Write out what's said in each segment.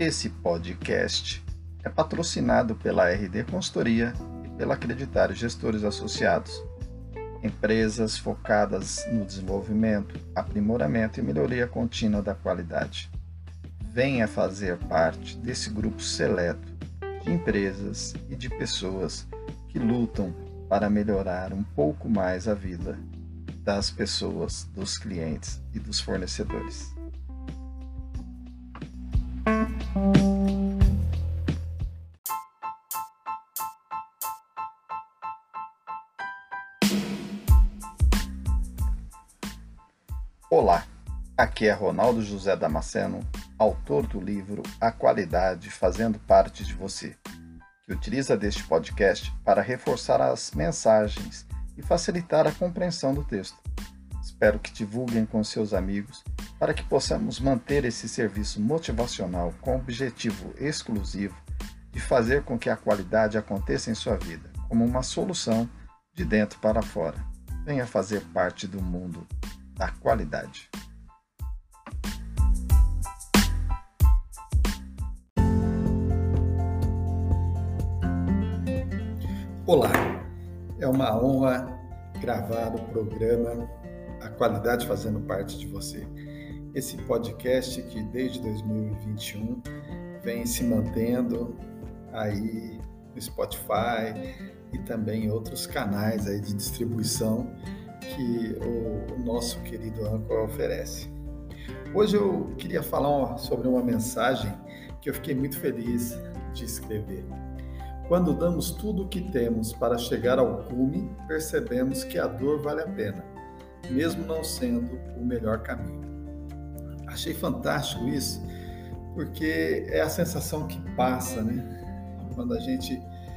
Esse podcast é patrocinado pela RD Consultoria e pela Acreditário Gestores Associados, empresas focadas no desenvolvimento, aprimoramento e melhoria contínua da qualidade. Venha fazer parte desse grupo seleto de empresas e de pessoas que lutam para melhorar um pouco mais a vida das pessoas, dos clientes e dos fornecedores. Olá, aqui é Ronaldo José Damasceno, autor do livro A Qualidade Fazendo Parte de Você, que utiliza deste podcast para reforçar as mensagens e facilitar a compreensão do texto. Espero que divulguem com seus amigos para que possamos manter esse serviço motivacional com o objetivo exclusivo de fazer com que a qualidade aconteça em sua vida, como uma solução de dentro para fora. Venha fazer parte do mundo da qualidade. Olá, é uma honra gravar o programa A Qualidade Fazendo Parte de Você. Esse podcast que desde 2021 vem se mantendo aí no Spotify e também em outros canais aí de distribuição que o nosso querido Anchor oferece. Hoje eu queria falar sobre uma mensagem que eu fiquei muito feliz de escrever. Quando damos tudo o que temos para chegar ao cume, percebemos que a dor vale a pena, mesmo não sendo o melhor caminho. Achei fantástico isso, porque é a sensação que passa, né? Quando a gente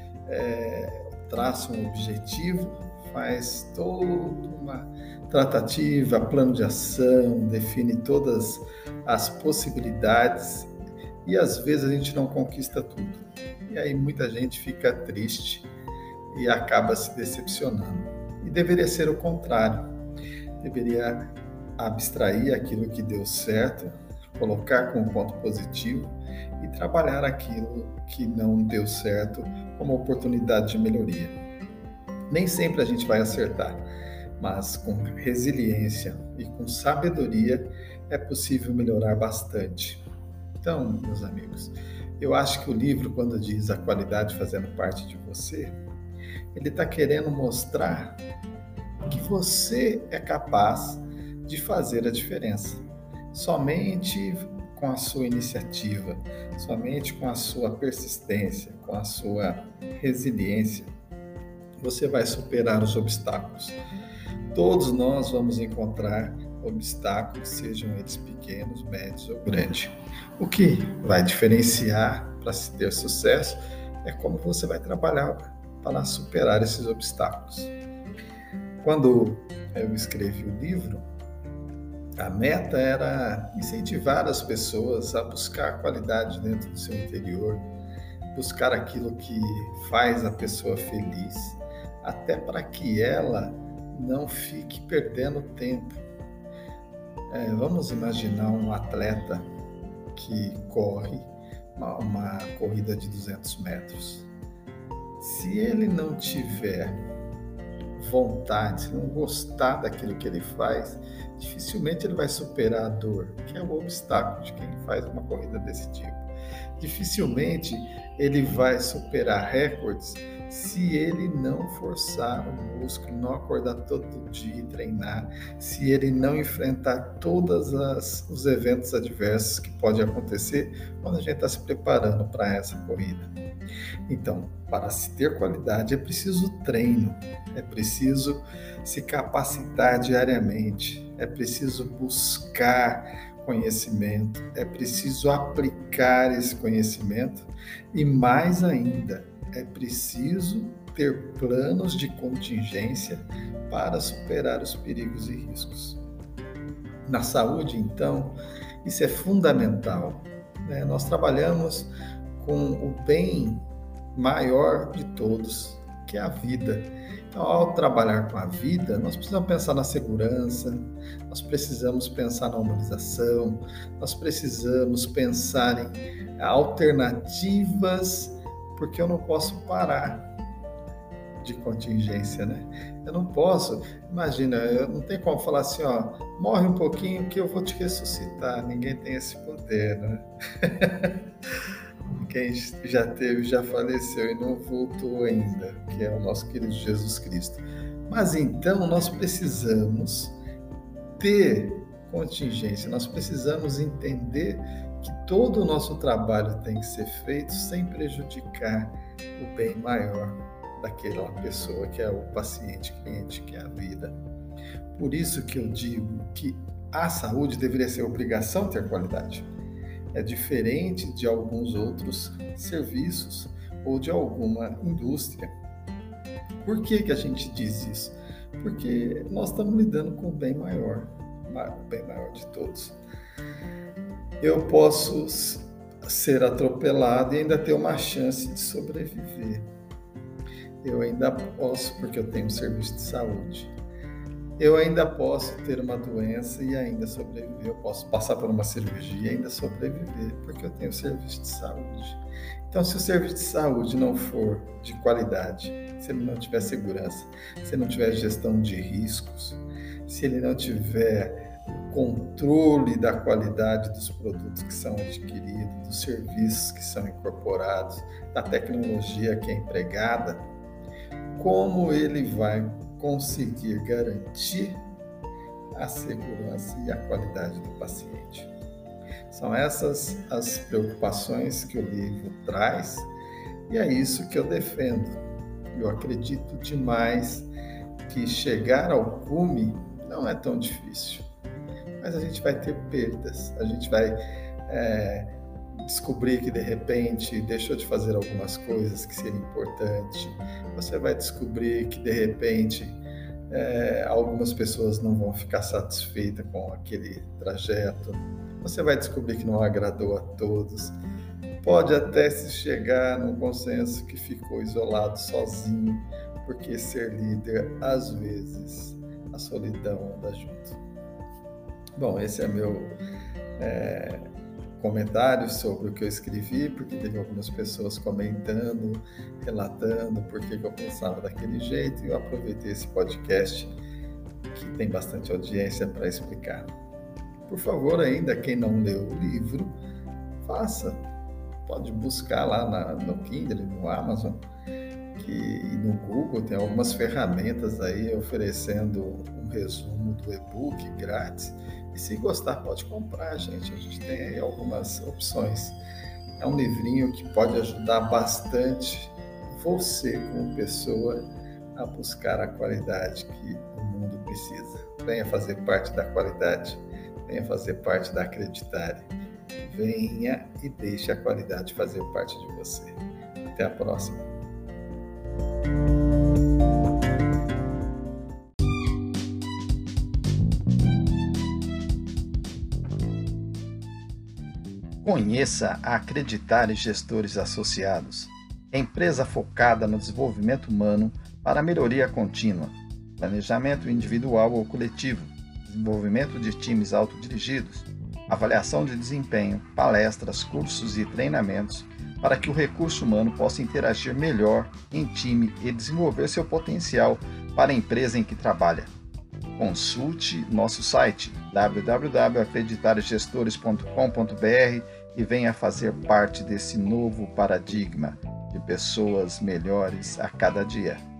traça um objetivo, faz toda uma tratativa, plano de ação, define todas as possibilidades e às vezes a gente não conquista tudo. E aí muita gente fica triste e acaba se decepcionando. E deveria ser o contrário. Deveria abstrair aquilo que deu certo, colocar como ponto positivo e trabalhar aquilo que não deu certo como oportunidade de melhoria. Nem sempre a gente vai acertar, mas com resiliência e com sabedoria é possível melhorar bastante. Então, meus amigos, eu acho que o livro, quando diz a qualidade fazendo parte de você, ele está querendo mostrar que você é capaz de fazer a diferença. Somente com a sua iniciativa, somente com a sua persistência, com a sua resiliência, você vai superar os obstáculos. Todos nós vamos encontrar obstáculos, sejam eles pequenos, médios ou grandes. O que vai diferenciar para se ter sucesso é como você vai trabalhar para superar esses obstáculos. Quando eu escrevi o livro, a meta era incentivar as pessoas a buscar qualidade dentro do seu interior, buscar aquilo que faz a pessoa feliz, até para que ela não fique perdendo tempo. Vamos imaginar um atleta que corre uma corrida de 200 metros. Se ele não tiver vontade, se não gostar daquilo que ele faz, dificilmente ele vai superar a dor, que é o obstáculo de quem faz uma corrida desse tipo. Dificilmente ele vai superar recordes se ele não forçar o músculo, não acordar todo dia e treinar, se ele não enfrentar todos os eventos adversos que podem acontecer quando a gente está se preparando para essa corrida. Então, para se ter qualidade é preciso treino, é preciso se capacitar diariamente, é preciso buscar conhecimento, é preciso aplicar esse conhecimento e, mais ainda, é preciso ter planos de contingência para superar os perigos e riscos. Na saúde, então, isso é fundamental, né? Nós trabalhamos com o bem maior de todos, que é a vida. Então, ao trabalhar com a vida, nós precisamos pensar na segurança, nós precisamos pensar na humanização, nós precisamos pensar em alternativas, porque eu não posso parar de contingência, né? Eu não posso, imagina, eu não tem como falar assim, ó, morre um pouquinho que eu vou te ressuscitar. Ninguém tem esse poder, né? Quem já teve, já faleceu e não voltou ainda, que é o nosso querido Jesus Cristo. Mas então nós precisamos ter contingência, nós precisamos entender que todo o nosso trabalho tem que ser feito sem prejudicar o bem maior daquela pessoa, que é o paciente, cliente, que é a vida. Por isso que eu digo que a saúde deveria ser obrigação ter qualidade. É diferente de alguns outros serviços ou de alguma indústria. Por que a gente diz isso? Porque nós estamos lidando com o bem maior de todos. Eu posso ser atropelado e ainda ter uma chance de sobreviver. Eu ainda posso, porque eu tenho um serviço de saúde. Eu ainda posso ter uma doença e ainda sobreviver. Eu posso passar por uma cirurgia e ainda sobreviver, porque eu tenho serviço de saúde. Então, se o serviço de saúde não for de qualidade, se ele não tiver segurança, se ele não tiver gestão de riscos, se ele não tiver o controle da qualidade dos produtos que são adquiridos, dos serviços que são incorporados, da tecnologia que é empregada, como ele vai conseguir garantir a segurança e a qualidade do paciente? São essas as preocupações que o livro traz e é isso que eu defendo. Eu acredito demais que chegar ao cume não é tão difícil, mas a gente vai ter perdas, a gente vai descobrir que de repente deixou de fazer algumas coisas que seriam importantes, você vai descobrir que de repente algumas pessoas não vão ficar satisfeitas com aquele trajeto, você vai descobrir que não agradou a todos, pode até se chegar num consenso que ficou isolado sozinho, porque ser líder, às vezes, a solidão anda junto. Bom, esse é meu comentários sobre o que eu escrevi, porque teve algumas pessoas comentando, relatando por que eu pensava daquele jeito, e eu aproveitei esse podcast, que tem bastante audiência, para explicar. Por favor, ainda quem não leu o livro, faça. Pode buscar lá no Kindle, no Amazon, e no Google tem algumas ferramentas aí oferecendo um resumo do e-book grátis. E se gostar, pode comprar, gente. A gente tem aí algumas opções. É um livrinho que pode ajudar bastante você, como pessoa, a buscar a qualidade que o mundo precisa. Venha fazer parte da qualidade, venha fazer parte da Acreditar. Venha e deixe a qualidade fazer parte de você. Até a próxima. Conheça a Acreditar Gestores Associados, empresa focada no desenvolvimento humano para melhoria contínua, planejamento individual ou coletivo, desenvolvimento de times autodirigidos, avaliação de desempenho, palestras, cursos e treinamentos para que o recurso humano possa interagir melhor em time e desenvolver seu potencial para a empresa em que trabalha. Consulte nosso site www.acreditargestores.com.br e venha fazer parte desse novo paradigma de pessoas melhores a cada dia.